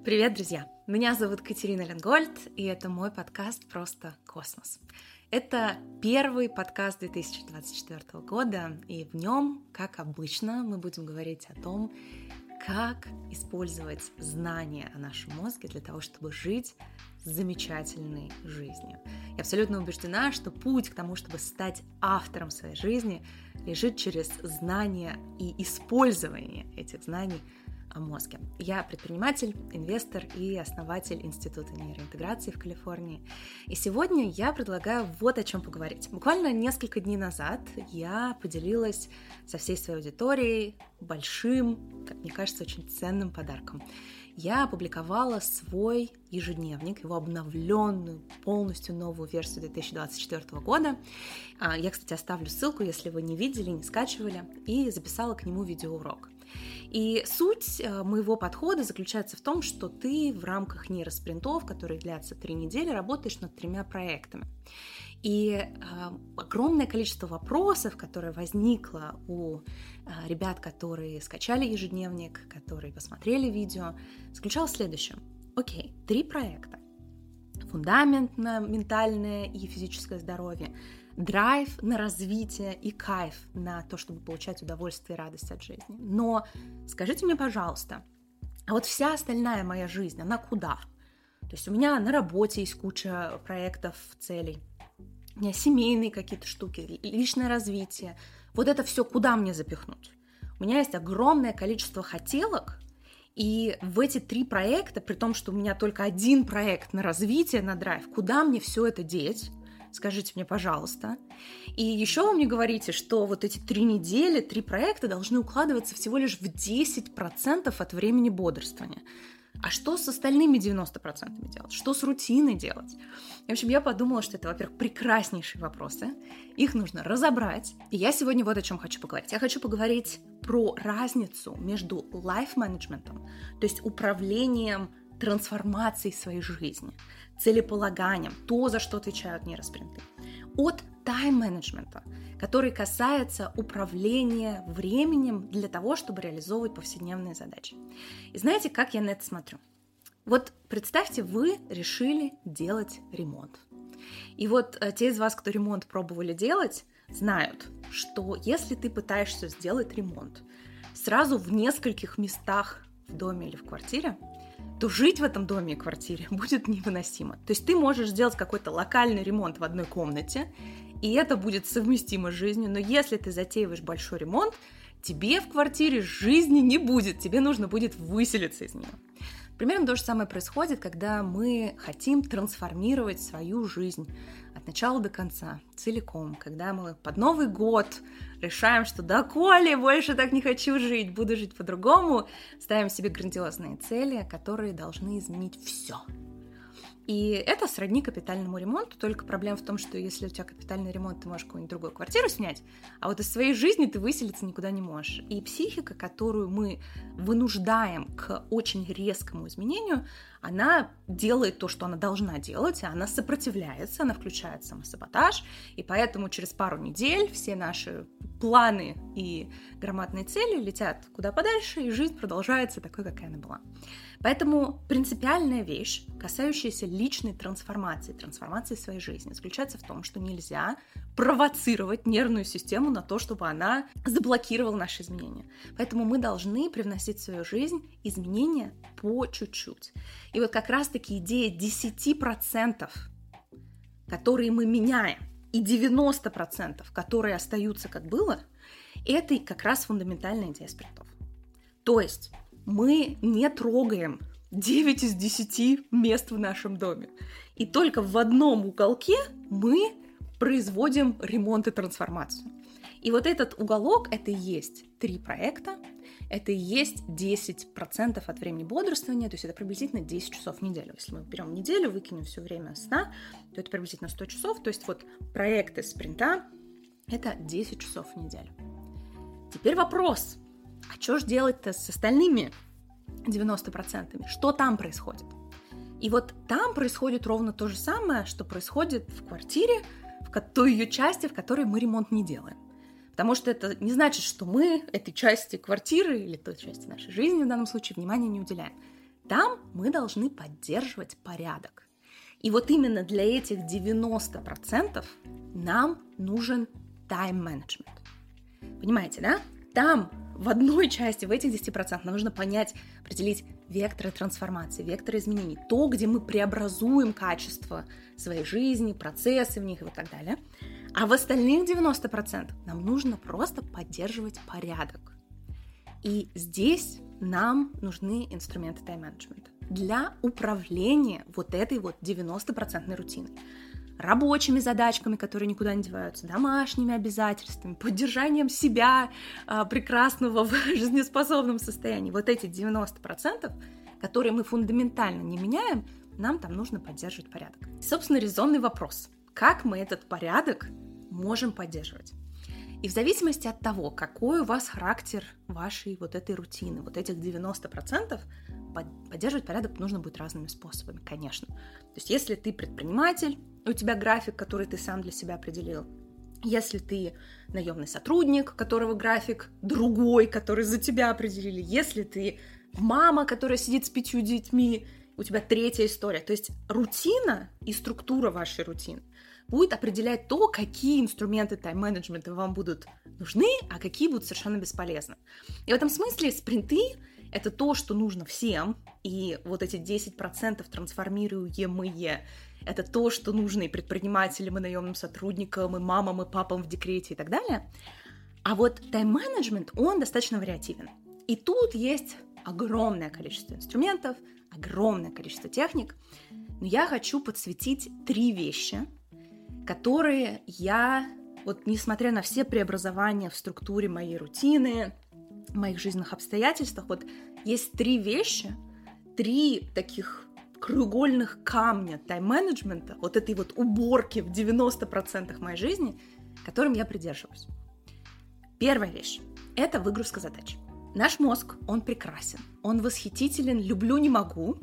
Привет, друзья! Меня зовут Катерина Ленгольд, и это мой подкаст «Просто космос». Это первый подкаст 2024 года, и в нем, как обычно, мы будем говорить о том, как использовать знания о нашем мозге для того, чтобы жить замечательной жизнью. Я абсолютно убеждена, что путь к тому, чтобы стать автором своей жизни, лежит через знания и использование этих знаний о мозге. Я предприниматель, инвестор и основатель Института нейроинтеграции в Калифорнии. И сегодня я предлагаю вот о чем поговорить. Буквально несколько дней назад я поделилась со всей своей аудиторией большим, как мне кажется, очень ценным подарком. Я опубликовала свой ежедневник, его обновленную, полностью новую версию 2024 года. Я, кстати, оставлю ссылку, если вы не видели, не скачивали, и записала к нему видеоурок. И суть моего подхода заключается в том, что ты в рамках нейроспринтов, которые длятся 3 недели, работаешь над 3 проектами. И огромное количество вопросов, которое возникло у ребят, которые скачали ежедневник, которые посмотрели видео, заключалось в следующем. Окей, 3 проекта. Фундамент на ментальное и физическое здоровье, драйв на развитие и кайф на то, чтобы получать удовольствие и радость от жизни. Но скажите мне, пожалуйста, а вот вся остальная моя жизнь, она куда? То есть у меня на работе есть куча проектов, целей, у меня семейные какие-то штуки, личное развитие. Вот это все куда мне запихнуть? У меня есть огромное количество хотелок, и в эти 3 проекта, при том, что у меня только 1 проект на развитие, на драйв, куда мне все это деть? Скажите мне, пожалуйста. И еще вы мне говорите, что вот эти 3 недели, 3 проекта должны укладываться всего лишь в 10% от времени бодрствования. А что с остальными 90% делать? Что с рутиной делать? В общем, я подумала, что это, во-первых, прекраснейшие вопросы. Их нужно разобрать. И я сегодня вот о чем хочу поговорить. Я хочу поговорить про разницу между лайф-менеджментом, то есть управлением трансформацией своей жизни, целеполаганием, то, за что отвечают нейроспринты, от тайм-менеджмента, который касается управления временем для того, чтобы реализовывать повседневные задачи. И знаете, как я на это смотрю? Вот представьте, вы решили делать ремонт. И вот те из вас, кто ремонт пробовали делать, знают, что если ты пытаешься сделать ремонт сразу в нескольких местах в доме или в квартире, то жить в этом доме и квартире будет невыносимо. То есть ты можешь сделать какой-то локальный ремонт в одной комнате, и это будет совместимо с жизнью, но если ты затеиваешь большой ремонт, тебе в квартире жизни не будет, тебе нужно будет выселиться из нее. Примерно то же самое происходит, когда мы хотим трансформировать свою жизнь от начала до конца, целиком, когда мы под Новый год решаем, что да, Коля, больше так не хочу жить, буду жить по-другому, ставим себе грандиозные цели, которые должны изменить все. И это сродни капитальному ремонту, только проблема в том, что если у тебя капитальный ремонт, ты можешь какую-нибудь другую квартиру снять, а вот из своей жизни ты выселиться никуда не можешь. И психика, которую мы вынуждаем к очень резкому изменению, она делает то, что она должна делать, она сопротивляется, она включает самосаботаж, и поэтому через пару недель все наши планы и громадные цели летят куда подальше, и жизнь продолжается такой, какая она была. Поэтому принципиальная вещь, касающаяся личной трансформации своей жизни, заключается в том, что нельзя провоцировать нервную систему на то, чтобы она заблокировала наши изменения. Поэтому мы должны привносить в свою жизнь изменения по чуть-чуть. И вот как раз-таки идея 10%, которые мы меняем, и 90%, которые остаются как было, это как раз фундаментальная идея спринтов. То есть мы не трогаем 9 из 10 мест в нашем доме. И только в одном уголке мы производим ремонт и трансформацию. И вот этот уголок, это и есть 3 проекта, это и есть 10% от времени бодрствования, то есть это приблизительно 10 часов в неделю. Если мы берем неделю, выкинем все время сна, то это приблизительно 100 часов. То есть вот проекты спринта – это 10 часов в неделю. Теперь вопрос, а что же делать-то с остальными 90%? Что там происходит? И вот там происходит ровно то же самое, что происходит в квартире, в той ее части, в которой мы ремонт не делаем. Потому что это не значит, что мы этой части квартиры или той части нашей жизни в данном случае внимания не уделяем. Там мы должны поддерживать порядок. И вот именно для этих 90% нам нужен тайм-менеджмент. Понимаете, да? Там в одной части, в этих 10% нам нужно понять, определить векторы трансформации, векторы изменений, то, где мы преобразуем качество своей жизни, процессы в них и вот так далее. А в остальных 90% нам нужно просто поддерживать порядок. И здесь нам нужны инструменты тайм-менеджмента для управления вот этой вот 90% рутиной. Рабочими задачками, которые никуда не деваются, домашними обязательствами, поддержанием себя прекрасного в жизнеспособном состоянии. Вот эти 90%, которые мы фундаментально не меняем, нам там нужно поддерживать порядок. И, собственно, резонный вопрос. Как мы этот порядок можем поддерживать? И в зависимости от того, какой у вас характер вашей вот этой рутины, вот этих 90%, поддерживать порядок нужно будет разными способами, конечно. То есть если ты предприниматель, у тебя график, который ты сам для себя определил, если ты наемный сотрудник, у которого график другой, который за тебя определили, если ты мама, которая сидит с 5 детьми, у тебя третья история. То есть рутина и структура вашей рутины будет определять то, какие инструменты тайм-менеджмента вам будут нужны, а какие будут совершенно бесполезны. И в этом смысле спринты — это то, что нужно всем, и вот эти 10% трансформируемые — это то, что нужно и предпринимателям, и наемным сотрудникам, и мамам, и папам в декрете и так далее. А вот тайм-менеджмент, он достаточно вариативен. И тут есть огромное количество инструментов, огромное количество техник, но я хочу подсветить 3 вещи, которые я, вот несмотря на все преобразования в структуре моей рутины, моих жизненных обстоятельствах, вот есть 3 вещи, 3 таких краеугольных камня тайм-менеджмента, вот этой вот уборки в 90% моей жизни, которым я придерживаюсь. Первая вещь — это выгрузка задач. Наш мозг, он прекрасен, он восхитителен, люблю, не могу,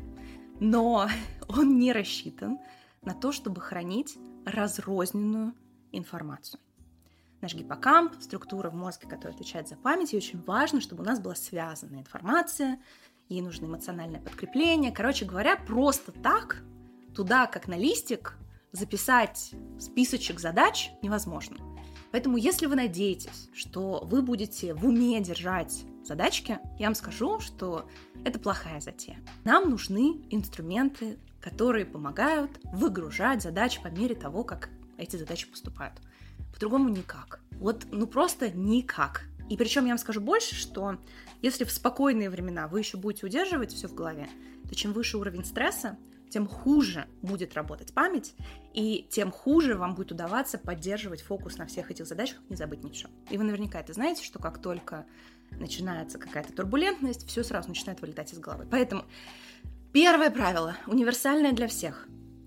но он не рассчитан на то, чтобы хранить разрозненную информацию. Наш гиппокамп, структура в мозге, которая отвечает за память, и очень важно, чтобы у нас была связанная информация, ей нужно эмоциональное подкрепление. Короче говоря, просто так туда, как на листик, записать списочек задач невозможно. Поэтому, если вы надеетесь, что вы будете в уме держать задачки, я вам скажу, что это плохая затея. Нам нужны инструменты, которые помогают выгружать задачи по мере того, как эти задачи поступают. По-другому никак. Вот, просто никак. И причем я вам скажу больше, что если в спокойные времена вы еще будете удерживать все в голове, то чем выше уровень стресса, тем хуже будет работать память, и тем хуже вам будет удаваться поддерживать фокус на всех этих задачах, не забыть ничего. И вы наверняка это знаете, что как только начинается какая-то турбулентность, все сразу начинает вылетать из головы. Поэтому первое правило, универсальное для всех.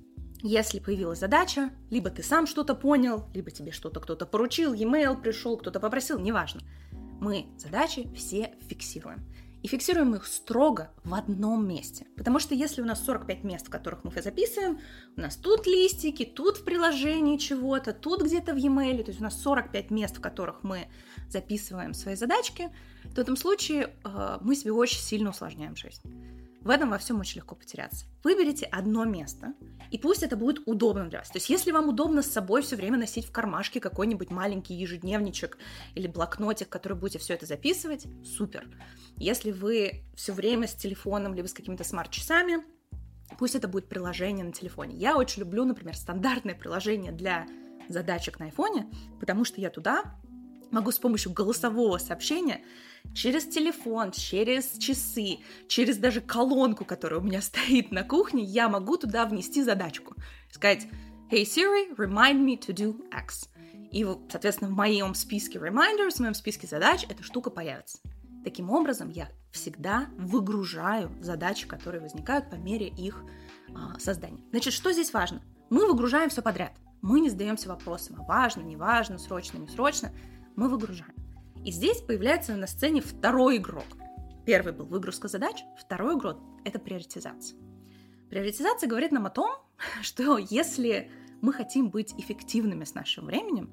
Если появилась задача, либо ты сам что-то понял, либо тебе что-то кто-то поручил, e-mail пришел, кто-то попросил, неважно. Мы задачи все фиксируем. И фиксируем их строго в одном месте. Потому что если у нас 45 мест, в которых мы их записываем, у нас тут листики, тут в приложении чего-то, тут где-то в e-mail, то есть у нас 45 мест, в которых мы записываем свои задачки, то в этом случае мы себе очень сильно усложняем жизнь. В этом во всем очень легко потеряться. Выберите одно место, и пусть это будет удобно для вас. То есть если вам удобно с собой все время носить в кармашке какой-нибудь маленький ежедневничек или блокнотик, в который будете все это записывать, супер. Если вы все время с телефоном либо с какими-то смарт-часами, пусть это будет приложение на телефоне. Я очень люблю, например, стандартное приложение для задачек на айфоне, потому что я туда могу с помощью голосового сообщения через телефон, через часы, через даже колонку, которая у меня стоит на кухне, я могу туда внести задачку. Сказать: «Hey Siri, remind me to do X». И, соответственно, в моем списке reminders, в моем списке задач эта штука появится. Таким образом, я всегда выгружаю задачи, которые возникают по мере их создания. Значит, что здесь важно? Мы выгружаем все подряд. Мы не задаемся вопросом: а важно, не важно, срочно, не срочно. Мы выгружаем. И здесь появляется на сцене второй игрок. Первый был выгрузка задач, второй игрок — это приоритизация. Приоритизация говорит нам о том, что если мы хотим быть эффективными с нашим временем,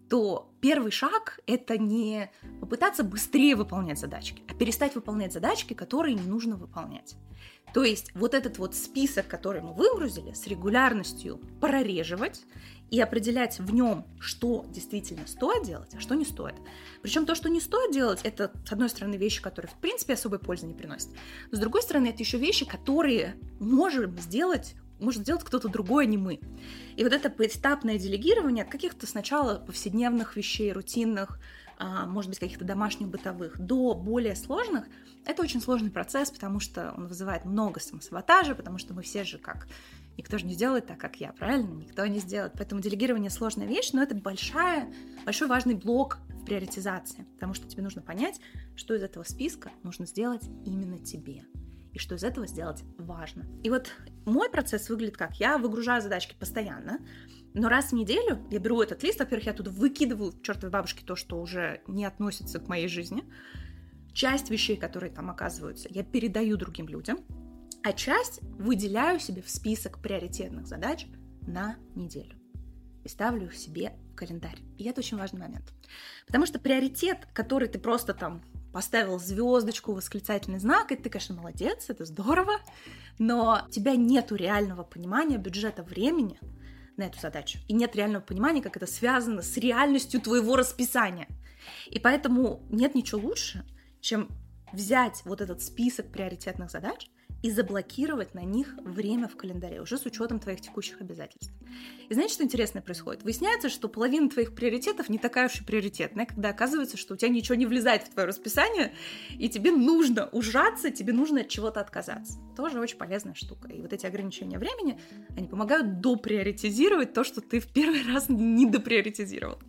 то первый шаг — это не попытаться быстрее выполнять задачки, а перестать выполнять задачки, которые не нужно выполнять. То есть вот этот вот список, который мы выгрузили, с регулярностью прореживать и определять в нем, что действительно стоит делать, а что не стоит. Причем то, что не стоит делать, это, с одной стороны, вещи, которые, в принципе, особой пользы не приносят. Но, с другой стороны, это еще вещи, которые может сделать кто-то другой, а не мы. И вот это поэтапное делегирование от каких-то сначала повседневных вещей, рутинных, может быть, каких-то домашних, бытовых, до более сложных, это очень сложный процесс, потому что он вызывает много самосаботажа, потому что мы все же никто же не сделает так, как я, правильно? Никто не сделает. Поэтому делегирование сложная вещь, но это большой важный блок в приоритизации, потому что тебе нужно понять, что из этого списка нужно сделать именно тебе, и что из этого сделать важно. И вот мой процесс выглядит как? Я выгружаю задачки постоянно, но раз в неделю я беру этот лист, во-первых, я оттуда выкидываю к чертовой бабушке то, что уже не относится к моей жизни. Часть вещей, которые там оказываются, я передаю другим людям, а часть выделяю себе в список приоритетных задач на неделю и ставлю их себе в календарь. И это очень важный момент. Потому что приоритет, который ты просто там поставил звездочку, восклицательный знак, и ты, конечно, молодец, это здорово, но у тебя нету реального понимания бюджета времени на эту задачу, и нет реального понимания, как это связано с реальностью твоего расписания. И поэтому нет ничего лучше, чем взять вот этот список приоритетных задач и заблокировать на них время в календаре, уже с учетом твоих текущих обязательств. И знаете, что интересное происходит? Выясняется, что половина твоих приоритетов не такая уж и приоритетная, когда оказывается, что у тебя ничего не влезает в твое расписание, и тебе нужно ужаться, тебе нужно от чего-то отказаться. Тоже очень полезная штука. И вот эти ограничения времени, они помогают доприоритизировать то, что ты в первый раз не доприоритизировал.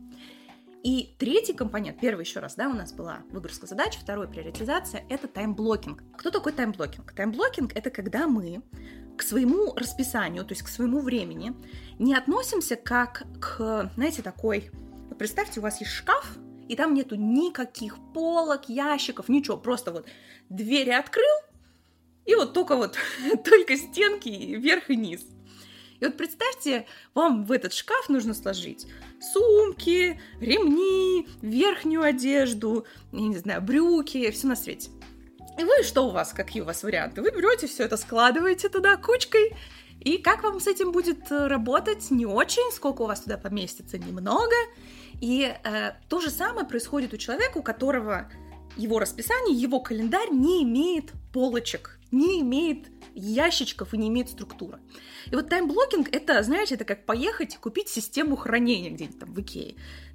И третий компонент, первый еще раз, у нас была выгрузка задач, второй приоритизация, это таймблокинг. Кто такой таймблокинг? Таймблокинг — это когда мы к своему расписанию, то есть к своему времени, не относимся как к, такой, вот представьте, у вас есть шкаф, и там нету никаких полок, ящиков, ничего, просто вот двери открыл, и вот только стенки вверх и низ. И вот представьте, вам в этот шкаф нужно сложить сумки, ремни, верхнюю одежду, брюки, все на свете. И какие у вас варианты? Вы берете все это, складываете туда кучкой, и как вам с этим будет работать? Не очень, сколько у вас туда поместится? Немного. И то же самое происходит у человека, у которого его расписание, его календарь не имеет полочек, не имеет ящичков и не имеет структуры. И вот таймблокинг — это, это как поехать и купить систему хранения где-нибудь там в Икее.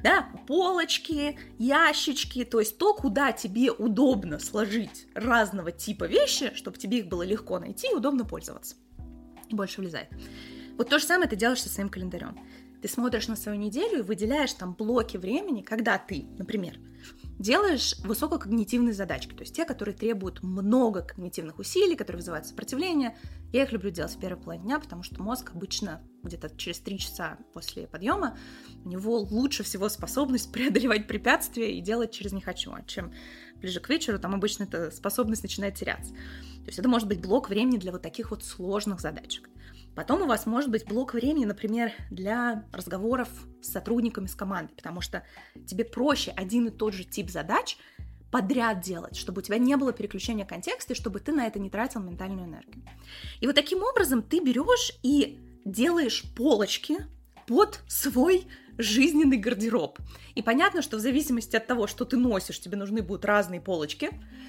Полочки, ящички, то есть то, куда тебе удобно сложить разного типа вещи, чтобы тебе их было легко найти и удобно пользоваться. И больше влезает. Вот то же самое ты делаешь со своим календарем. Ты смотришь на свою неделю и выделяешь там блоки времени, когда ты, например, делаешь высококогнитивные задачки, то есть те, которые требуют много когнитивных усилий, которые вызывают сопротивление. Я их люблю делать в первой половине дня, потому что мозг обычно где-то через 3 часа после подъема, у него лучше всего способность преодолевать препятствия и делать через «не хочу», а чем ближе к вечеру, там обычно эта способность начинает теряться. То есть это может быть блок времени для вот таких вот сложных задачек. Потом у вас может быть блок времени, например, для разговоров с сотрудниками, с командой, потому что тебе проще один и тот же тип задач подряд делать, чтобы у тебя не было переключения контекста, и чтобы ты на это не тратил ментальную энергию. И вот таким образом ты берешь и делаешь полочки под свой жизненный гардероб. И понятно, что в зависимости от того, что ты носишь, тебе нужны будут разные полочки,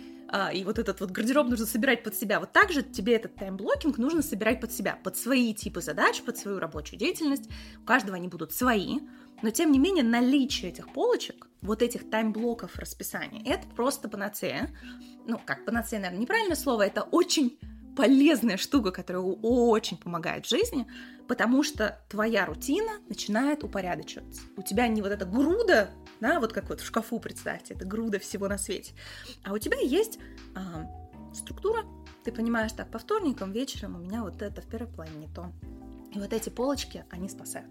и вот этот вот гардероб нужно собирать под себя. Вот так же тебе этот таймблокинг нужно собирать под себя, под свои типы задач, под свою рабочую деятельность. У каждого они будут свои, но тем не менее наличие этих полочек, вот этих таймблоков расписания, это просто панацея. Панацея, наверное, неправильное слово, это очень полезная штука, которая очень помогает в жизни, потому что твоя рутина начинает упорядочиваться. У тебя не вот эта груда, вот как вот в шкафу, представьте, это груда всего на свете, а у тебя есть структура, ты понимаешь, так, по вторникам вечером у меня вот это в первой половине не то. И вот эти полочки, они спасают.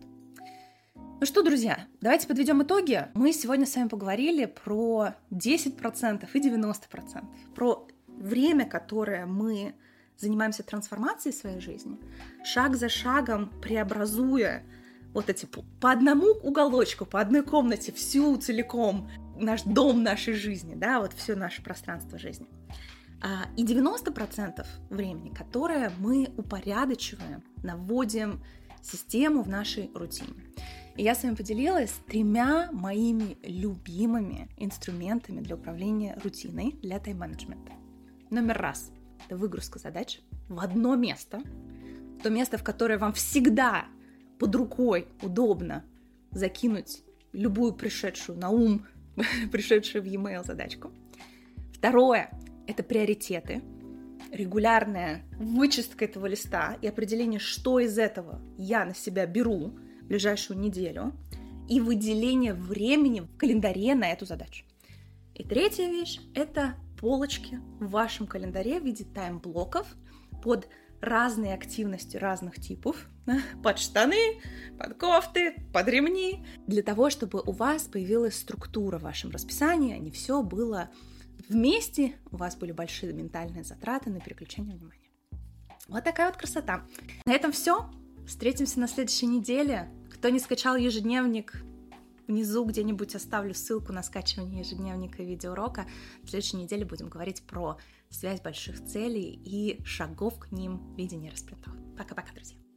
Ну что, друзья, давайте подведем итоги. Мы сегодня с вами поговорили про 10% и 90%, про время, которое мы занимаемся трансформацией своей жизни, шаг за шагом преобразуя вот эти по одному уголочку, по одной комнате, всю целиком, наш дом нашей жизни, да, вот все наше пространство жизни. И 90% времени, которое мы упорядочиваем, наводим систему в нашей рутине. И я с вами поделилась 3 моими любимыми инструментами для управления рутиной, для тайм-менеджмента. Номер 1 – это выгрузка задач в одно место, то место, в которое вам всегда под рукой удобно закинуть любую пришедшую на ум, пришедшую в e-mail задачку. 2 – это приоритеты, регулярная вычистка этого листа и определение, что из этого я на себя беру в ближайшую неделю, и выделение времени в календаре на эту задачу. И 3 вещь – это полочки в вашем календаре в виде тайм-блоков под разные активности разных типов, под штаны, под кофты, под ремни, для того, чтобы у вас появилась структура в вашем расписании, а не все было вместе, у вас были большие ментальные затраты на переключение внимания. Вот такая вот красота. На этом все. Встретимся на следующей неделе. Кто не скачал ежедневник, внизу где-нибудь оставлю ссылку на скачивание ежедневника и видеоурока. В следующей неделе будем говорить про связь больших целей и шагов к ним в виде нейросплинтов. Пока-пока, друзья!